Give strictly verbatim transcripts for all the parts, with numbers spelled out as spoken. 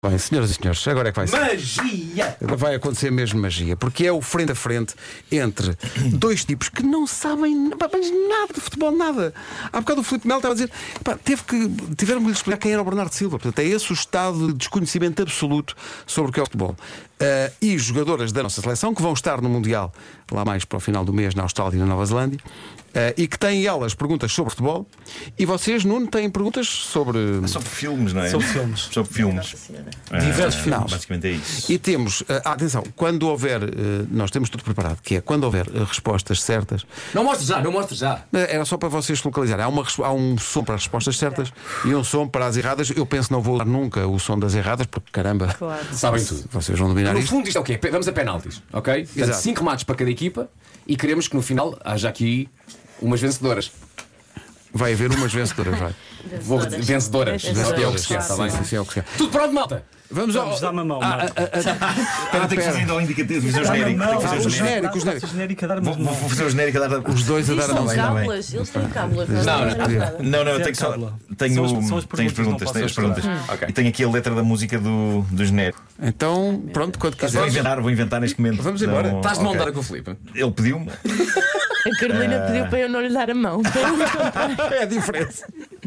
Bem, senhoras e senhores, agora é que vai ser. Magia! Vai acontecer mesmo magia, porque é o frente a frente entre dois tipos que não sabem pá, mas nada de futebol, nada. Há bocado o Filipe Melo estava a dizer, pá, teve que, tiveram que lhe explicar quem era o Bernardo Silva. Portanto, é esse o estado de desconhecimento absoluto sobre o que é o futebol. Uh, e jogadoras da nossa seleção que vão estar no Mundial lá mais para o final do mês na Austrália e na Nova Zelândia, uh, e que têm elas perguntas sobre futebol, e vocês, Nuno, têm perguntas sobre... É sobre filmes, não é? Sobre filmes. Sobre filmes. Diversos Ah, filmes. Basicamente é isso. E temos, uh, atenção, quando houver, uh, nós temos tudo preparado, que é quando houver uh, respostas certas. Não mostre já, não mostre já. Uh, era só para vocês localizarem. Há, uma, há um som para as respostas certas e um som para as erradas. Eu penso que não vou dar nunca o som das erradas, porque caramba, Claro. Sabem tudo. vocês vão dominar No isto. fundo, isto é o quê? Vamos a penaltis, ok? Portanto, Exato. cinco remates para cada equipa e queremos que no final haja aqui umas vencedoras. Vai haver umas vencedoras, vai. Vou vencedoras. Vencedoras. É o que se quer, está Sim, bem? sim, sim, é o que se quer. Tudo pronto, malta? Vamos ao. Vamos dar uma mão. Ah, Marco. ah, ah, Espera, tenho que fazer ainda o indicativo, fazer o Dá-me a genérico. mão. Tenho que fazer o o genérico. genérico, o genérico. O genérico a dar Vou, uma vou mão. fazer o genérico a dar. Os dois a dar a São mão. bem, está bem. cábulas, eles têm cábulas. Não, não, não, não. Não, não, eu Tem tenho só. cábula. Tenho, São as- são as tenho as perguntas, perguntas, não tenho as posso perguntas. misturar. Ok. E tenho aqui a letra da música do, do genérico. Então, pronto, quando Vou quiseres. inventar, vou inventar neste momento. Vamos embora. Não- Estás de mão ok. dada com o Filipe? Ele pediu-me. A Carolina pediu para eu não lhe dar a mão. É a diferença.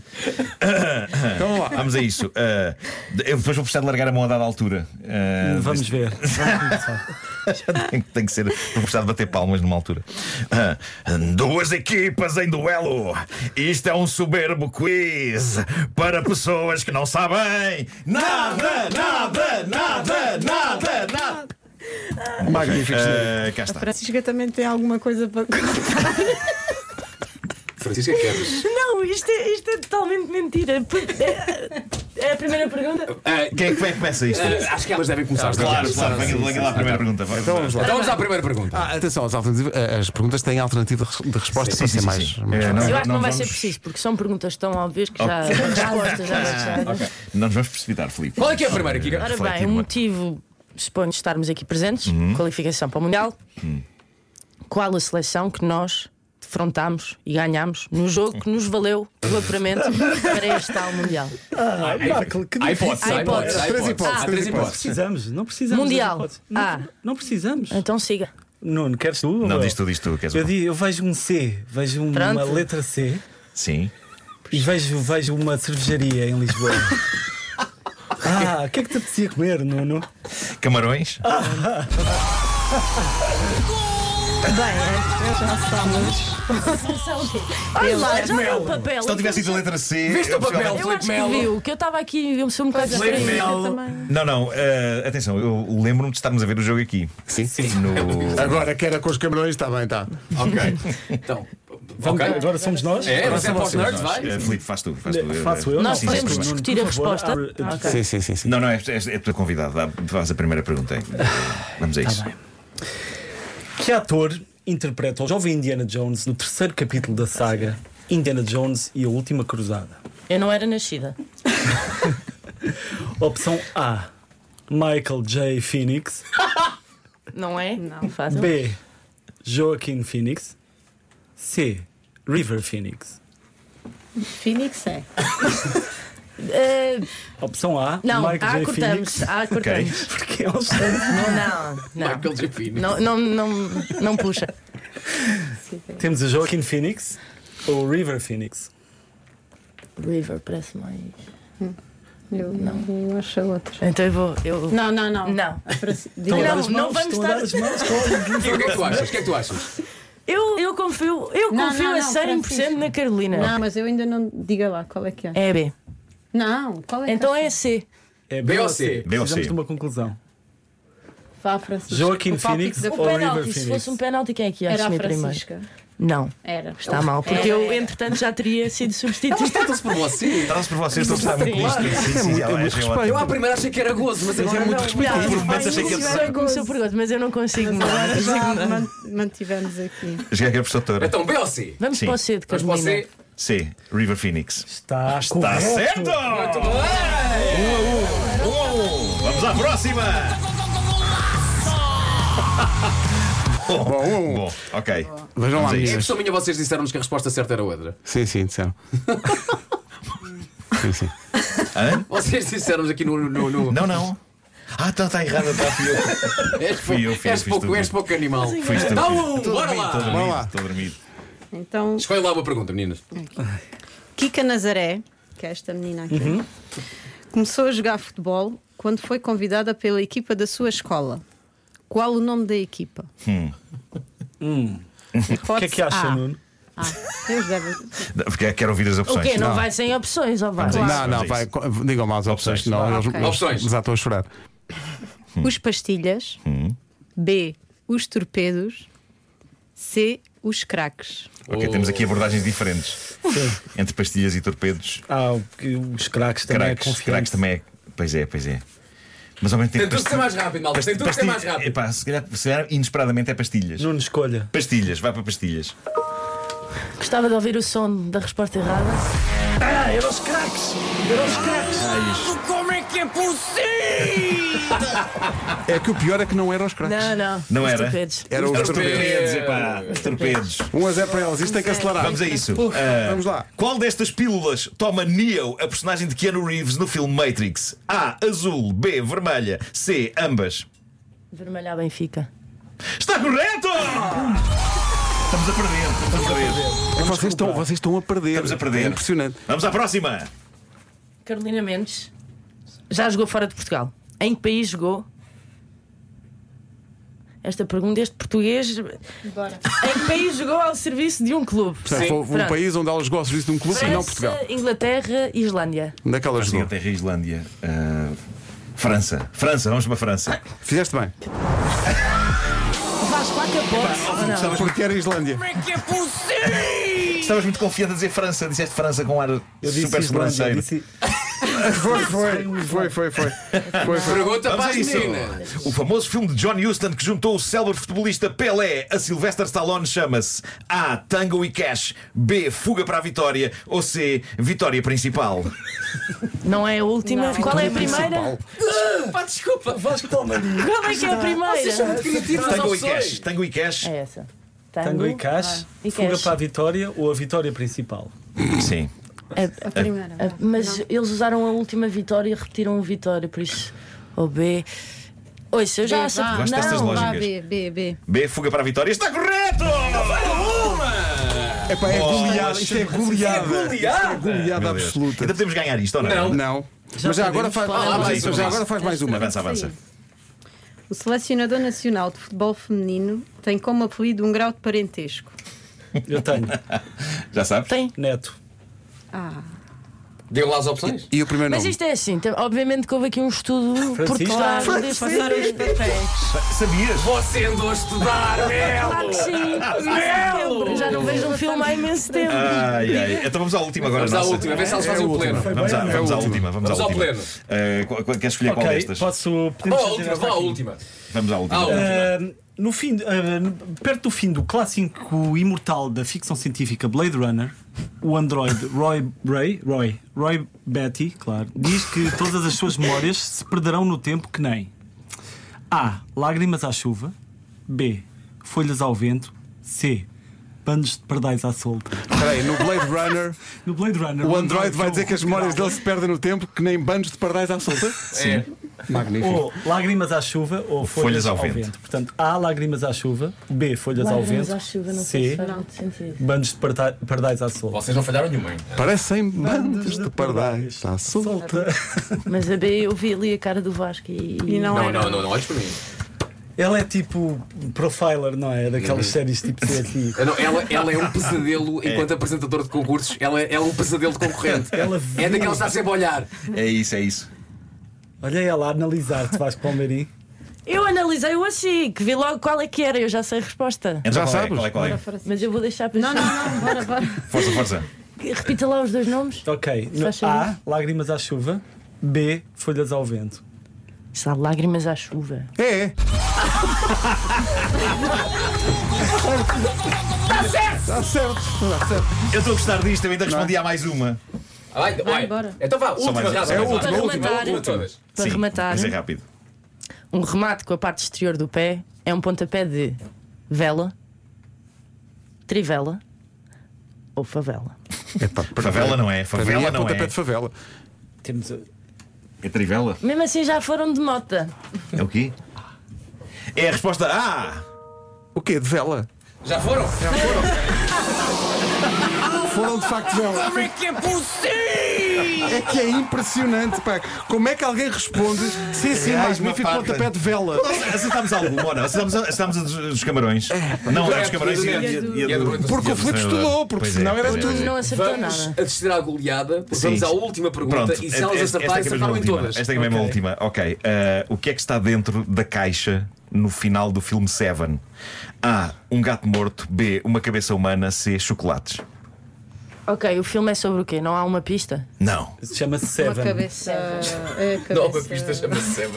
Então vamos lá. Vamos a isso. Uh, eu depois vou precisar de largar a mão a dada altura. Uh, Vamos ver. Vamos começar. tem, tem que ser. Vou precisar de bater palmas numa altura. Uh, duas equipas em duelo. Isto é um soberbo quiz para pessoas que não sabem nada, nada, nada, nada, nada. Magnífico. Uh, cá A está. Francisca também tem alguma coisa para contar. Francisca, queres? Não, isto é, isto é totalmente mentira. É, é a primeira pergunta? Ah, Quem é que vai que começa isto? ah, acho que elas devem começar. Claro, claro. Venha venha lá a primeira pergunta. vai. Então vamos lá. Então vamos à primeira pergunta. Ah, atenção, as, alternativas, as perguntas têm alternativa de resposta Sim, para sim, ser sim, mais. sim. mais É, fácil. não- Eu acho que não vai vamos- ser preciso, porque são perguntas tão óbvias que já. As respostas já deixaram. Não nos vamos precipitar, Filipe. Qual é que é a primeira, Kika? Ora Refletir bem, o uma- motivo, suponho, de estarmos aqui presentes, qualificação para o Mundial. Qual a seleção que nós defrontámos e ganhámos no jogo que nos valeu o apuramento para este tal Mundial? Ah, Marco, que Há difícil. hipóteses, há Há hipóteses. hipóteses. Há Três hipóteses. hipóteses, Há três três hipóteses. Não hipóteses. precisamos, não precisamos. Mundial. das hipóteses. Não, Ah. não precisamos. Então siga. Nuno, queres tu? Não, ou diz eu? tu, diz tu. Queres Eu, digo, eu vejo um C, vejo uma Pronto. letra C Sim. e vejo, vejo uma cervejaria em Lisboa. Ah, o que é que te apetecia comer, Nuno? Camarões? Bem, olha lá, já viu o papel. Se não tivesse dito a letra C. Viste eu o papel? possivelmente- Eu acho que Filipe Melo. viu, que eu estava aqui, eu sou um bocado Filipe distraída. Melo. Não, não, uh, atenção, eu lembro-me de estarmos a ver o jogo aqui. Sim. No... Agora que era com os camarões, está bem, está. Ok. Então, Vamos, ok. Agora somos nós? É, Agora mas é somos para os nós. nerds, vai. Uh, Filipe, faz tu. Faz tu. Faço eu? Nós Não, podemos faz tu, Nuno, discutir por a favor. resposta. Abre- Ok. Sim, sim, sim, sim. Não, não, é, é, é tua convidada. Dá- Faz a primeira pergunta. Vamos a isso. Que ator interpreta o jovem Indiana Jones no terceiro capítulo da saga Indiana Jones e a Última Cruzada? Eu não era nascida. Opção A, Michael J. Phoenix. Não é? Não. Fácil. B, Joaquin Phoenix. C, River Phoenix. Phoenix é. Eh, Opção A, não, Michael ah, J. cortamos. Phoenix. Ah, cortamos. Porque é um som. Não, não. Michael J. Phoenix. Não, não, não, não puxa. Temos a Joaquin Phoenix ou River Phoenix. River parece mais. Eu não eu acho a outra. Então eu vou. Eu... Não, não, não. Não. Diga Estão a dar Não, as não mãos, vamos estão a dar estar- as mãos. Kika, o que é que tu achas? O que é que tu achas? Eu, eu confio, eu Não, confio não, a não, cem por cento Francisco. na Carolina. Não, mas eu ainda não. Diga lá, qual é que é? É B. Não, qual é que Então é? é C. É B ou C? B ou C? Precisamos de uma conclusão. Vá, Francisco. Joaquin O palpite Phoenix da- O ou River penalti, se Phoenix? fosse um penalti, quem é que ia Era a assumir primeiro? Francisca. Não. Era. Está mal, porque Era, eu, era. entretanto, já teria sido substituído. Tratam-se por você. Trata-se por vocês, estou a gostar muito disto. Sim, sim, É muito- sim, é ela muito é respeito. ótima. Eu à primeira achei que era gozo, mas agora é muito não. respeito. Por momentos achei que Isso começou por gosto, mas eu não consigo. Mas não. agora já man- mantivemos aqui. Já que é professora. Então, B ou C? Vamos Sim. para o C de Vamos para o Carolina. C. C, River Phoenix. Está, Está correto. certo! Muito bem. Um a um. Um a um. Vamos à próxima! Bom, Bom, bom, ok. Vejam lá, Vamos a isso. meninas. Impressão minha, vocês disseram-nos que a resposta certa era outra. Sim, sim, disseram. Sim, sim. Hã? Vocês disseram aqui no. no, no... Não, não. Ah, então está errado, está fui eu. És, Fui eu, fui eu, és, fiz pouco, tudo. és pouco animal. Fiz tudo. Dá um, Estou bora dormido, lá. estou Bora dormido, lá. estou dormido. Então, Escolhe lá uma pergunta, meninas. Kika Nazaré, que é esta menina aqui, Uhum. começou a jogar futebol quando foi convidada pela equipa da sua escola. Qual o nome da equipa? Hum. O que é que acha, Nuno? Ah, Deus deve... Porque quero ouvir as O opções. quê? Não, Não. vai sem opções, ou vai? Vamos a isso. Não, não, Vamos a vai. isso. co- Digam mal as opções, Opções. senão Ah, eles, ok. eles Opções. já estão a chorar. Os pastilhas, B, os torpedos, C, os craques. Ok, temos aqui abordagens diferentes. Entre pastilhas e torpedos. Ah, o- os craques também é Craques, confiante. craques também é. Pois é, pois é. Mas ao mesmo tempo. Tem tudo que ser mais rápido, malta. Tem tudo que ser mais rápido. Epá, se calhar, se calhar inesperadamente é pastilhas. Nuno, escolha. Pastilhas, vai para pastilhas. Gostava de ouvir o som da resposta errada. Ah, eram os craques! Eram os craques! Como é que é possível? É que o pior é que não era os craques. Não, não. Não Os era? torpedos. Era os Os torpedos. torpedos, epá, os torpedos. um a zero para eles, isto tem que acelerar. Vamos a isso. Uf, Ah, vamos lá. Qual destas pílulas toma Neo, a personagem de Keanu Reeves, no filme Matrix? A. Azul. B. Vermelha. C. Ambas. Vermelha à Benfica. Está correto! Estamos a perder, estamos a perder. É que vocês, estão, vocês estão a perder. Estamos a perder. É impressionante. Vamos à próxima. Carolina Mendes já jogou fora de Portugal. Em que país jogou? Esta pergunta, este português. Bora. Em que país jogou ao serviço de um clube? Portanto, foi um Pronto. país onde ela jogou ao serviço de um clube e não Portugal. França, Inglaterra e Islândia. Onde é que ela jogou? Inglaterra e Islândia. Ah, França. França, vamos para a França. Fizeste bem. Vasco, lá que a pote. Porque era Islândia. Estavas muito confiante a dizer França. Disseste França com ar Eu disse super Islândia, sobranceiro. disse- Foi, foi, foi, foi, foi. foi, foi. Pergunta Vamos para a as isso. meninas. O famoso filme de John Huston que juntou o célebre futebolista Pelé a Sylvester Stallone chama-se A. Tango e Cash, B. Fuga para a Vitória ou C. Vitória Principal. Não é a última. Não. Qual é a primeira? Pá, desculpa. Vasco, toma. Qual é que é a primeira? Muito criativos nas Tango e opções. Cash. Tango e Cash. É essa. Tango e Cash, e fuga Cash. para a vitória ou a vitória principal? Sim. A primeira. Ah, mas eles usaram a última vitória e repetiram a vitória, por isso. Ou B. Ouça, eu já B, acho. vá. Gosto destas Não, lógicas. Vá, B, B, B. B. Fuga para a Vitória. Está correto! Epá, é goleada. Isto é goleada. goleada. Isto é goleada Meu Deus. absoluta. Ainda podemos ganhar isto ou não? Não. Não. Mas já agora faz, pode. ah, Vamos a mas isso, já vamos a agora faz mais uma. Avança, avança. O selecionador nacional de futebol feminino tem como apelido um grau de parentesco. Eu tenho. Já sabes? Tem. Neto. Ah, Digam lá as opções. E o primeiro Mas nome? isto é assim, tem- obviamente que houve aqui um estudo por Francisco? trás passaram deste. os papéis. Sabias? Você andou a estudar, Claro Melo! que sim. Eu já não vejo um filme há imenso tempo. Ai, ai. Então vamos à última agora. Vamos à nossa. última, vê se elas É fazem a o última. pleno. Vamos, à, bem, vamos é à a última. Vamos, Vamos à ao última. pleno. Eh, qual- qual- queres escolher qual Ok, destas? posso. Vá Podemos à fazer última, esta vá à aqui. última. Vamos à última. À última. Uh, no fim, uh, perto do fim do clássico imortal da ficção científica Blade Runner, o androide Roy Ray, Roy, Roy Batty, claro, diz que todas as suas memórias se perderão no tempo que nem A. Lágrimas à chuva, B. Folhas ao vento, C. Bandos de pardais à solta. Espera aí, no Blade Runner, No Blade Runner, o Android vai dizer que as memórias dele dele se perdem no tempo que nem bandos de pardais à solta? É. Magnífico. Ou lágrimas à chuva ou folhas, ao, vento. Portanto, A. Lágrimas à chuva, B. Folhas ao Lágrimas vento, à chuva, não sei se C. faz muito sentido. Bandos de parda- pardais à solta. Vocês não falharam nenhuma, hein? Parecem bandos de pardais à solta. Mas a B eu vi ali a cara do Vasco e. E não Não, era. não, não, não olhes para mim. Ela é tipo profiler, não é? Daquelas séries tipo C S I. Eu não, Ela, ela é um pesadelo enquanto apresentadora de concursos. Ela é, ela é um pesadelo de concorrente. Ela É viu. daquela que está sempre a olhar. É isso, é isso. Olha ela a analisar-te, Vasco Palmeirim. Eu analisei-o assim, que vi logo qual é que era, eu já sei a resposta. Então, Já qual é? sabes? Qual é, qual é? Bora, Francisco. Mas eu vou deixar para Não, não, não, bora, bora. Força, força. Repita lá os dois nomes. Ok. No Faz favor. A. Lágrimas à chuva, B. Folhas ao vento. Está lágrimas à chuva. É, é. Está certo! Está certo! Está certo. Eu estou a gostar disto, eu ainda respondi a mais uma. Vai, vai. bora. Então vá, última mais- já. é a vai, vai. última, a última, última, a última última. de todas. Para Sim, rematar, mas é rápido. um remate com a parte exterior do pé é um pontapé de vela, trivela ou favela. Epá, para- Favela não é, para mim favela é não pontapé é. de favela. Temos a- É trivela? Mesmo assim já foram de mota. É o quê? É a resposta A! O quê? De vela? Já foram? Foram de facto de vela. Como é que é possível? É que é impressionante, pá. Como é que alguém responde? Sim, sim, É, magnífico uma pontapé parte. de vela. Nós acertámos alguma, ou não? Acertámos, acertámos a dos, dos camarões. Não, é dos camarões e, e a e, do- e a e a do- do. Porque o Filipe estudou, porque Pois é, senão era pois é, tudo. pois é. Não acertou Vamos nada. assistir à goleada, porque Sim. vamos à última pergunta Pronto, e se elas esta- acertarem, esta é mesmo a acertaram em última. todas. Esta é mesmo a Ok. última. Ok. eh, o que é que está dentro da caixa no final do filme Seven? A. Um gato morto. B. Uma cabeça humana. C. Chocolates. Ok, o filme é sobre o quê? Não há uma pista? Não. Chama-se Uma Seven. cabeça. É, cabeça... Não, a pista chama-se Seven.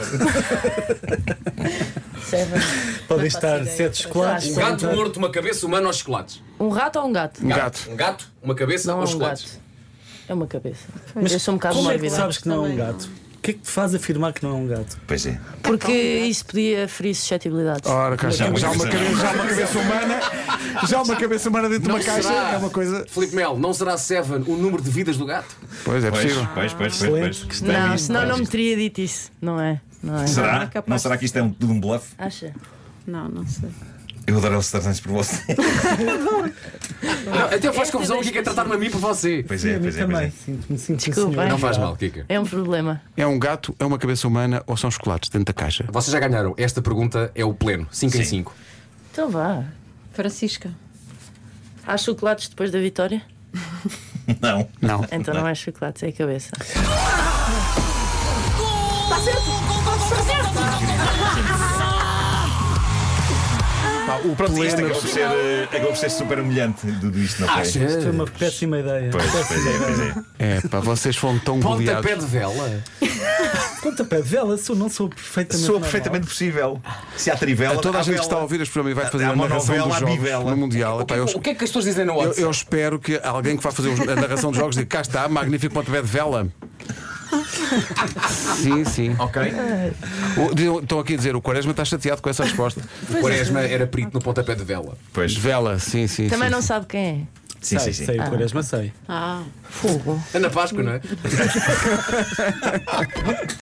Seven. Podem Não estar faço ideia. sete chocolates. Um gato morto, uma cabeça humana ou chocolates? Um rato ou um gato? Um gato. Um gato, uma cabeça Não ou é um chocolates? gato. É uma cabeça. Mas Eu sou um bocado como é que mórbida. sabes que não é um Também não. gato? O que é que te faz afirmar que não é um gato? Pois é. Porque isso podia ferir suscetibilidades. Ora, cá está. Já Já uma uma cabeça- cabeça, já uma cabeça humana. Já uma cabeça humana dentro de uma Não caixa será. é uma coisa. Filipe Melo, não será Seven o número de vidas do gato? Pois é Pois, possível. pois, pois, pois, Excelente. pois. Não, Bem senão visto, não bem me teria dito isso. Não é? Não é? Não Será? é capaz. Não será que isto é um, tudo um bluff? Acha? Não, não sei. Eu adoro os tartanes por você. Não, até faz confusão o que é tratar-me a mim por você. Pois E é, a mim pois é, pois também. é. Sinto-me sinto Desculpa. Não faz mal, Kika. É um problema. É um gato, é uma cabeça humana ou são chocolates dentro da caixa? Vocês já ganharam. Esta pergunta é o pleno. cinco em Sim. cinco. Então vá. Francisca. Há chocolates depois da vitória? Não. Não. Então não é chocolates, é a cabeça. Pá, o Pronto, isto pleno. acabou por ser, eh, acabou por ser super humilhante tudo isto, não foi? Achas? Foi uma péssima ideia. Pois, pois é, pois é. É, pá, vocês foram tão Pontapé goleados. de vela. Pontapé de vela, sou, não sou perfeitamente. Soa normal. perfeitamente possível. Se há trivela, A toda a há gente que vela. está a ouvir este programa e vai fazer Há a narração monovela, dos há jogos bivela. no Mundial. O que, Epá, eu, o que é que as pessoas dizem no eu, WhatsApp? eu espero que alguém que vá fazer os- a narração dos jogos diga: cá está, magnífico pontapé de vela. Sim, sim. Ok. O- dizem- Estão aqui a dizer: o Quaresma está chateado com essa resposta. O Quaresma era perito no pontapé de vela. Pois. De vela, sim, sim. Também sim, não sim. sabe quem é. Sim, sei, sim, sim. sei, o Quaresma sei. Ah. Fogo. É na Páscoa, não é?